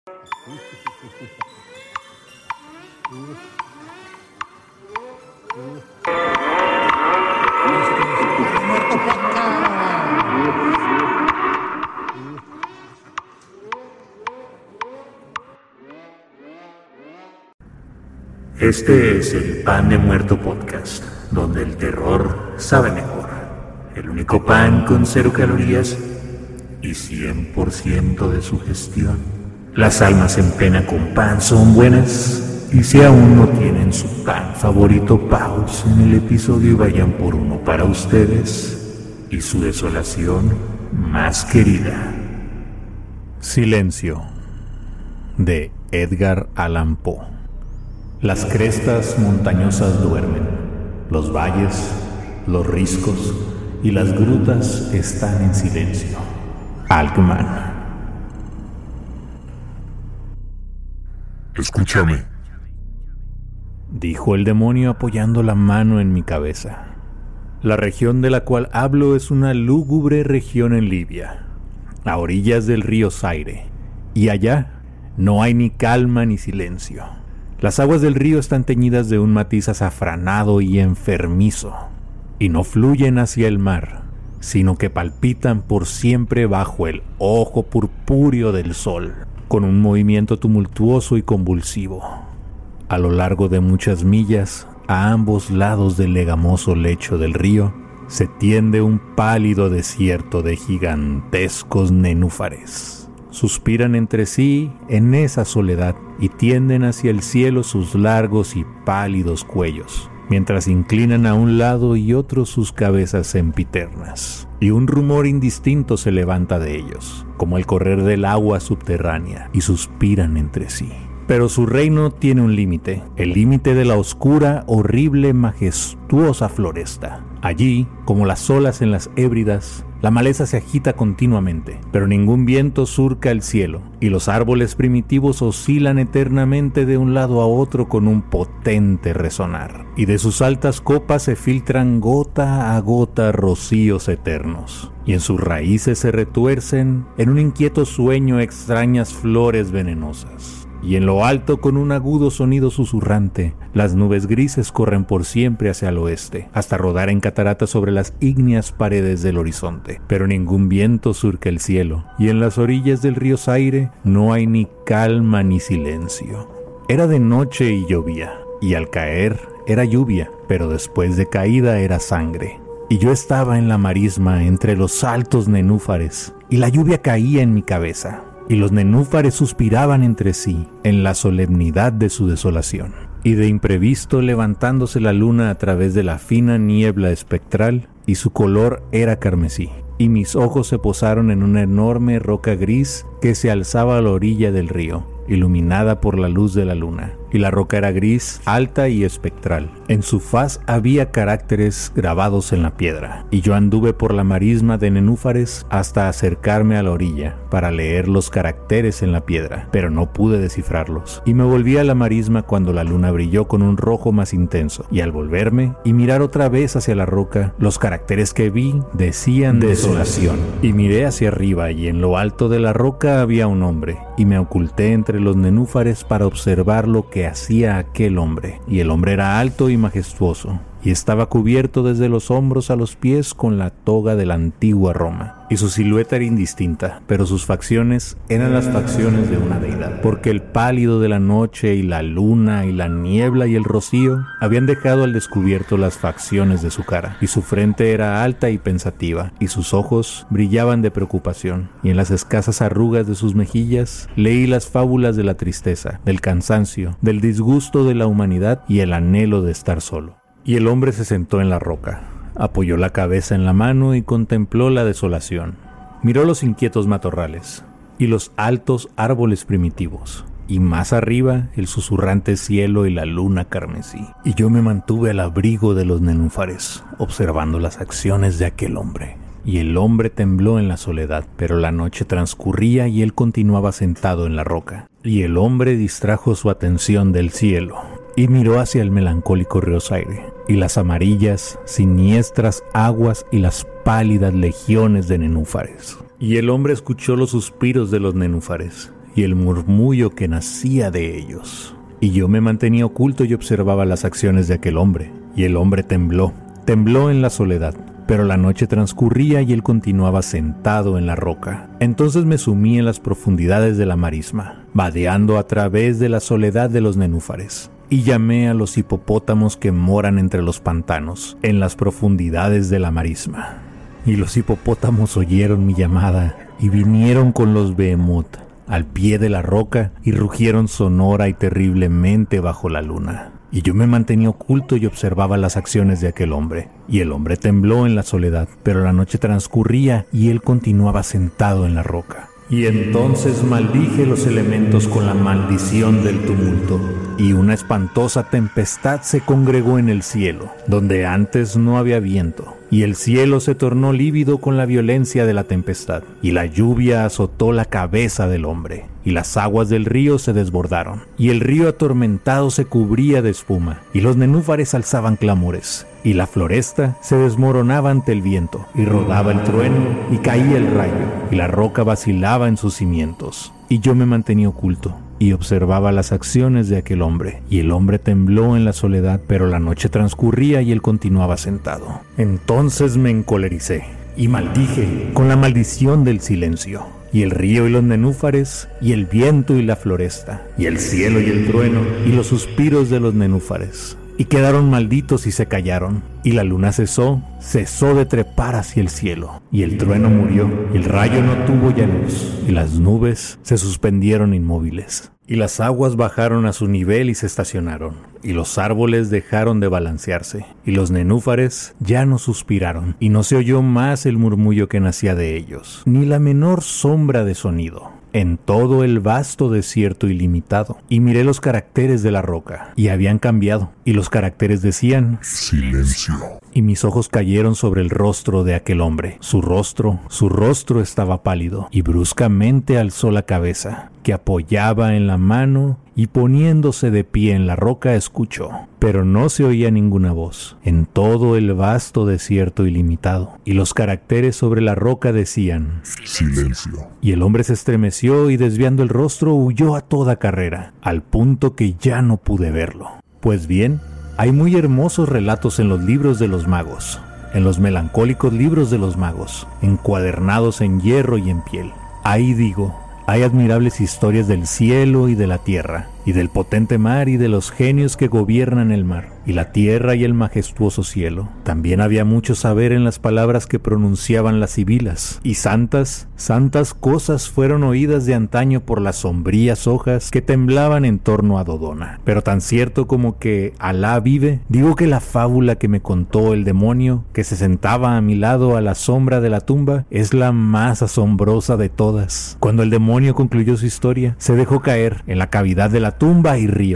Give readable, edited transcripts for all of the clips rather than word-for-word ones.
Este es el Pan de Muerto Podcast, donde el terror sabe mejor. El único pan con 0 calorías y 100% de sugestión. Las almas en pena con pan son buenas, y si aún no tienen su pan favorito, pausen el episodio y vayan por uno para ustedes y su desolación más querida. Silencio, de Edgar Allan Poe. Las crestas montañosas duermen, los valles, los riscos y las grutas están en silencio. Alckman. Escúchame, dijo el demonio apoyando la mano en mi cabeza. La región de la cual hablo es una lúgubre región en Libia, a orillas del río Zaire, y allá no hay ni calma ni silencio. Las aguas del río están teñidas de un matiz azafranado y enfermizo, y no fluyen hacia el mar, sino que palpitan por siempre bajo el ojo purpúreo del sol, con un movimiento tumultuoso y convulsivo. A lo largo de muchas millas, a ambos lados del legamoso lecho del río, se tiende un pálido desierto de gigantescos nenúfares. Suspiran entre sí en esa soledad y tienden hacia el cielo sus largos y pálidos cuellos, mientras inclinan a un lado y otro sus cabezas sempiternas. Y un rumor indistinto se levanta de ellos, como el correr del agua subterránea, y suspiran entre sí. Pero su reino tiene un límite, el límite de la oscura, horrible, majestuosa floresta. Allí, como las olas en las Hébridas, la maleza se agita continuamente, pero ningún viento surca el cielo, y los árboles primitivos oscilan eternamente de un lado a otro con un potente resonar, y de sus altas copas se filtran gota a gota rocíos eternos, y en sus raíces se retuercen en un inquieto sueño extrañas flores venenosas. Y en lo alto, con un agudo sonido susurrante, las nubes grises corren por siempre hacia el oeste, hasta rodar en cataratas sobre las ígneas paredes del horizonte. Pero ningún viento surca el cielo, y en las orillas del río Zaire no hay ni calma ni silencio. Era de noche y llovía, y al caer era lluvia, pero después de caída era sangre. Y yo estaba en la marisma entre los altos nenúfares, y la lluvia caía en mi cabeza. Y los nenúfares suspiraban entre sí en la solemnidad de su desolación. Y de imprevisto, levantándose la luna a través de la fina niebla espectral, y su color era carmesí, y mis ojos se posaron en una enorme roca gris que se alzaba a la orilla del río, iluminada por la luz de la luna. Y la roca era gris, alta y espectral. En su faz había caracteres grabados en la piedra, y yo anduve por la marisma de nenúfares hasta acercarme a la orilla para leer los caracteres en la piedra, pero no pude descifrarlos. Y me volví a la marisma cuando la luna brilló con un rojo más intenso, y al volverme y mirar otra vez hacia la roca, los caracteres que vi decían desolación. Y miré hacia arriba, y en lo alto de la roca había un hombre, y me oculté entre los nenúfares para observar lo que hacía aquel hombre. Y el hombre era alto y majestuoso, y estaba cubierto desde los hombros a los pies con la toga de la antigua Roma, y su silueta era indistinta, pero sus facciones eran las facciones de una deidad, porque el pálido de la noche y la luna y la niebla y el rocío habían dejado al descubierto las facciones de su cara, y su frente era alta y pensativa, y sus ojos brillaban de preocupación, y en las escasas arrugas de sus mejillas leí las fábulas de la tristeza, del cansancio, del disgusto de la humanidad y el anhelo de estar solo. Y el hombre se sentó en la roca, apoyó la cabeza en la mano y contempló la desolación. Miró los inquietos matorrales y los altos árboles primitivos, y más arriba el susurrante cielo y la luna carmesí. Y yo me mantuve al abrigo de los nenúfares, observando las acciones de aquel hombre. Y el hombre tembló en la soledad, pero la noche transcurría y él continuaba sentado en la roca. Y el hombre distrajo su atención del cielo y miró hacia el melancólico río Zaire, y las amarillas, siniestras aguas y las pálidas legiones de nenúfares. Y el hombre escuchó los suspiros de los nenúfares, y el murmullo que nacía de ellos. Y yo me mantenía oculto y observaba las acciones de aquel hombre, y el hombre tembló en la soledad. Pero la noche transcurría y él continuaba sentado en la roca. Entonces me sumí en las profundidades de la marisma, vadeando a través de la soledad de los nenúfares, y llamé a los hipopótamos que moran entre los pantanos, en las profundidades de la marisma. Y los hipopótamos oyeron mi llamada, y vinieron con los behemoth al pie de la roca, y rugieron sonora y terriblemente bajo la luna. Y yo me mantenía oculto y observaba las acciones de aquel hombre. Y el hombre tembló en la soledad, pero la noche transcurría y él continuaba sentado en la roca. Y entonces maldije los elementos con la maldición del tumulto, y una espantosa tempestad se congregó en el cielo, donde antes no había viento. Y el cielo se tornó lívido con la violencia de la tempestad, y la lluvia azotó la cabeza del hombre, y las aguas del río se desbordaron, y el río atormentado se cubría de espuma, y los nenúfares alzaban clamores, y la floresta se desmoronaba ante el viento, y rodaba el trueno, y caía el rayo, y la roca vacilaba en sus cimientos. Y yo me mantenía oculto, y observaba las acciones de aquel hombre, y el hombre tembló en la soledad, pero la noche transcurría y él continuaba sentado. Entonces me encolericé, y maldije con la maldición del silencio, y el río y los nenúfares, y el viento y la floresta, y el cielo y el trueno, y los suspiros de los nenúfares. Y quedaron malditos y se callaron, y la luna cesó de trepar hacia el cielo, y el trueno murió, y el rayo no tuvo ya luz, y las nubes se suspendieron inmóviles, y las aguas bajaron a su nivel y se estacionaron, y los árboles dejaron de balancearse, y los nenúfares ya no suspiraron, y no se oyó más el murmullo que nacía de ellos, ni la menor sombra de sonido, en todo el vasto desierto ilimitado. Y miré los caracteres de la roca, y habían cambiado, y los caracteres decían: silencio. Y mis ojos cayeron sobre el rostro de aquel hombre. Su rostro estaba pálido, y bruscamente alzó la cabeza, que apoyaba en la mano, y poniéndose de pie en la roca escuchó, pero no se oía ninguna voz, en todo el vasto desierto ilimitado. Y los caracteres sobre la roca decían: silencio. Y el hombre se estremeció y desviando el rostro huyó a toda carrera, al punto que ya no pude verlo. Pues bien, hay muy hermosos relatos en los libros de los magos, en los melancólicos libros de los magos, encuadernados en hierro y en piel. Ahí digo, hay admirables historias del cielo y de la tierra, y del potente mar y de los genios que gobiernan el mar, y la tierra y el majestuoso cielo. También había mucho saber en las palabras que pronunciaban las sibilas, y santas cosas fueron oídas de antaño por las sombrías hojas que temblaban en torno a Dodona. Pero tan cierto como que Alá vive, digo que la fábula que me contó el demonio, que se sentaba a mi lado a la sombra de la tumba, es la más asombrosa de todas. Cuando el demonio concluyó su historia, se dejó caer en la cavidad de la tumba y rió.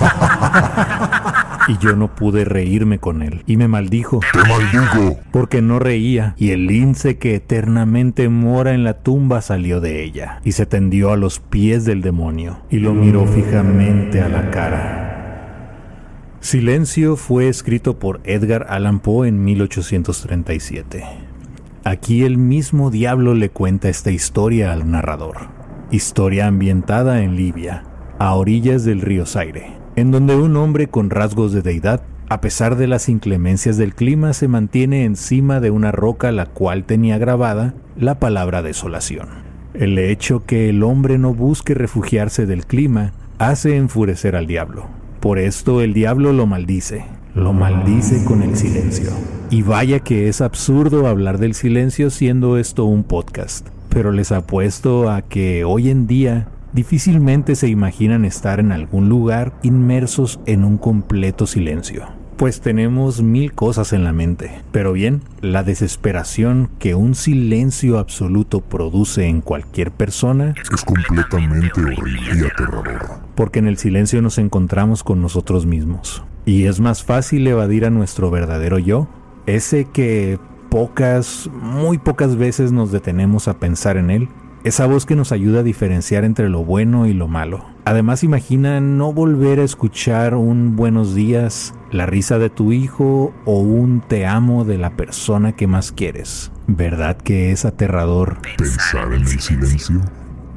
Y yo no pude reírme con él, y me maldijo. ¡Te maldigo! Porque no reía, y el lince que eternamente mora en la tumba salió de ella, y se tendió a los pies del demonio, y lo miró fijamente a la cara. Silencio fue escrito por Edgar Allan Poe en 1837. Aquí el mismo diablo le cuenta esta historia al narrador. Historia ambientada en Libia, a orillas del río Zaire, en donde un hombre con rasgos de deidad, a pesar de las inclemencias del clima, se mantiene encima de una roca la cual tenía grabada la palabra desolación. El hecho que el hombre no busque refugiarse del clima hace enfurecer al diablo. Por esto el diablo lo maldice con el silencio. Y vaya que es absurdo hablar del silencio siendo esto un podcast, pero les apuesto a que hoy en día difícilmente se imaginan estar en algún lugar inmersos en un completo silencio, pues tenemos 1000 cosas en la mente. Pero bien, la desesperación que un silencio absoluto produce en cualquier persona es completamente horrible y aterrador. Porque en el silencio nos encontramos con nosotros mismos, y es más fácil evadir a nuestro verdadero yo, ese que muy pocas veces nos detenemos a pensar en él. Esa voz que nos ayuda a diferenciar entre lo bueno y lo malo. Además, imagina no volver a escuchar un buenos días, la risa de tu hijo o un te amo de la persona que más quieres. ¿Verdad que es aterrador pensar en el silencio?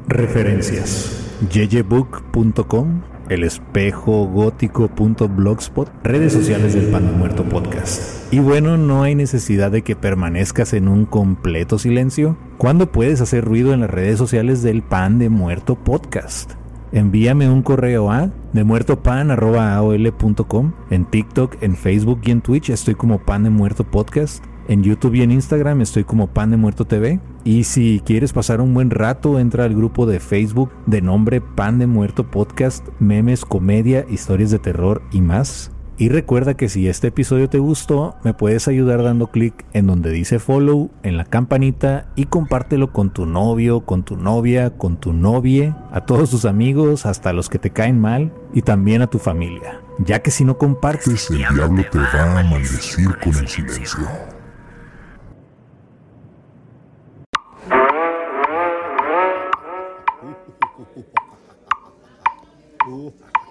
Referencias: yeyebook.com, elespejogótico.blogspot, redes sociales del Pan de Muerto Podcast. Y bueno, no hay necesidad de que permanezcas en un completo silencio cuando puedes hacer ruido en las redes sociales del Pan de Muerto Podcast. Envíame un correo a demuertopan@aol.com. En TikTok, en Facebook y en Twitch estoy como Pan de Muerto Podcast. En YouTube y en Instagram estoy como Pan de Muerto TV. Y si quieres pasar un buen rato, entra al grupo de Facebook de nombre Pan de Muerto Podcast, memes, comedia, historias de terror y más. Y recuerda que si este episodio te gustó, me puedes ayudar dando clic en donde dice follow, en la campanita, y compártelo con tu novio, con tu novia, con tu novie, a todos tus amigos, hasta los que te caen mal, y también a tu familia. Ya que si no compartes, El diablo te va a maldecir con el silencio. Ooh.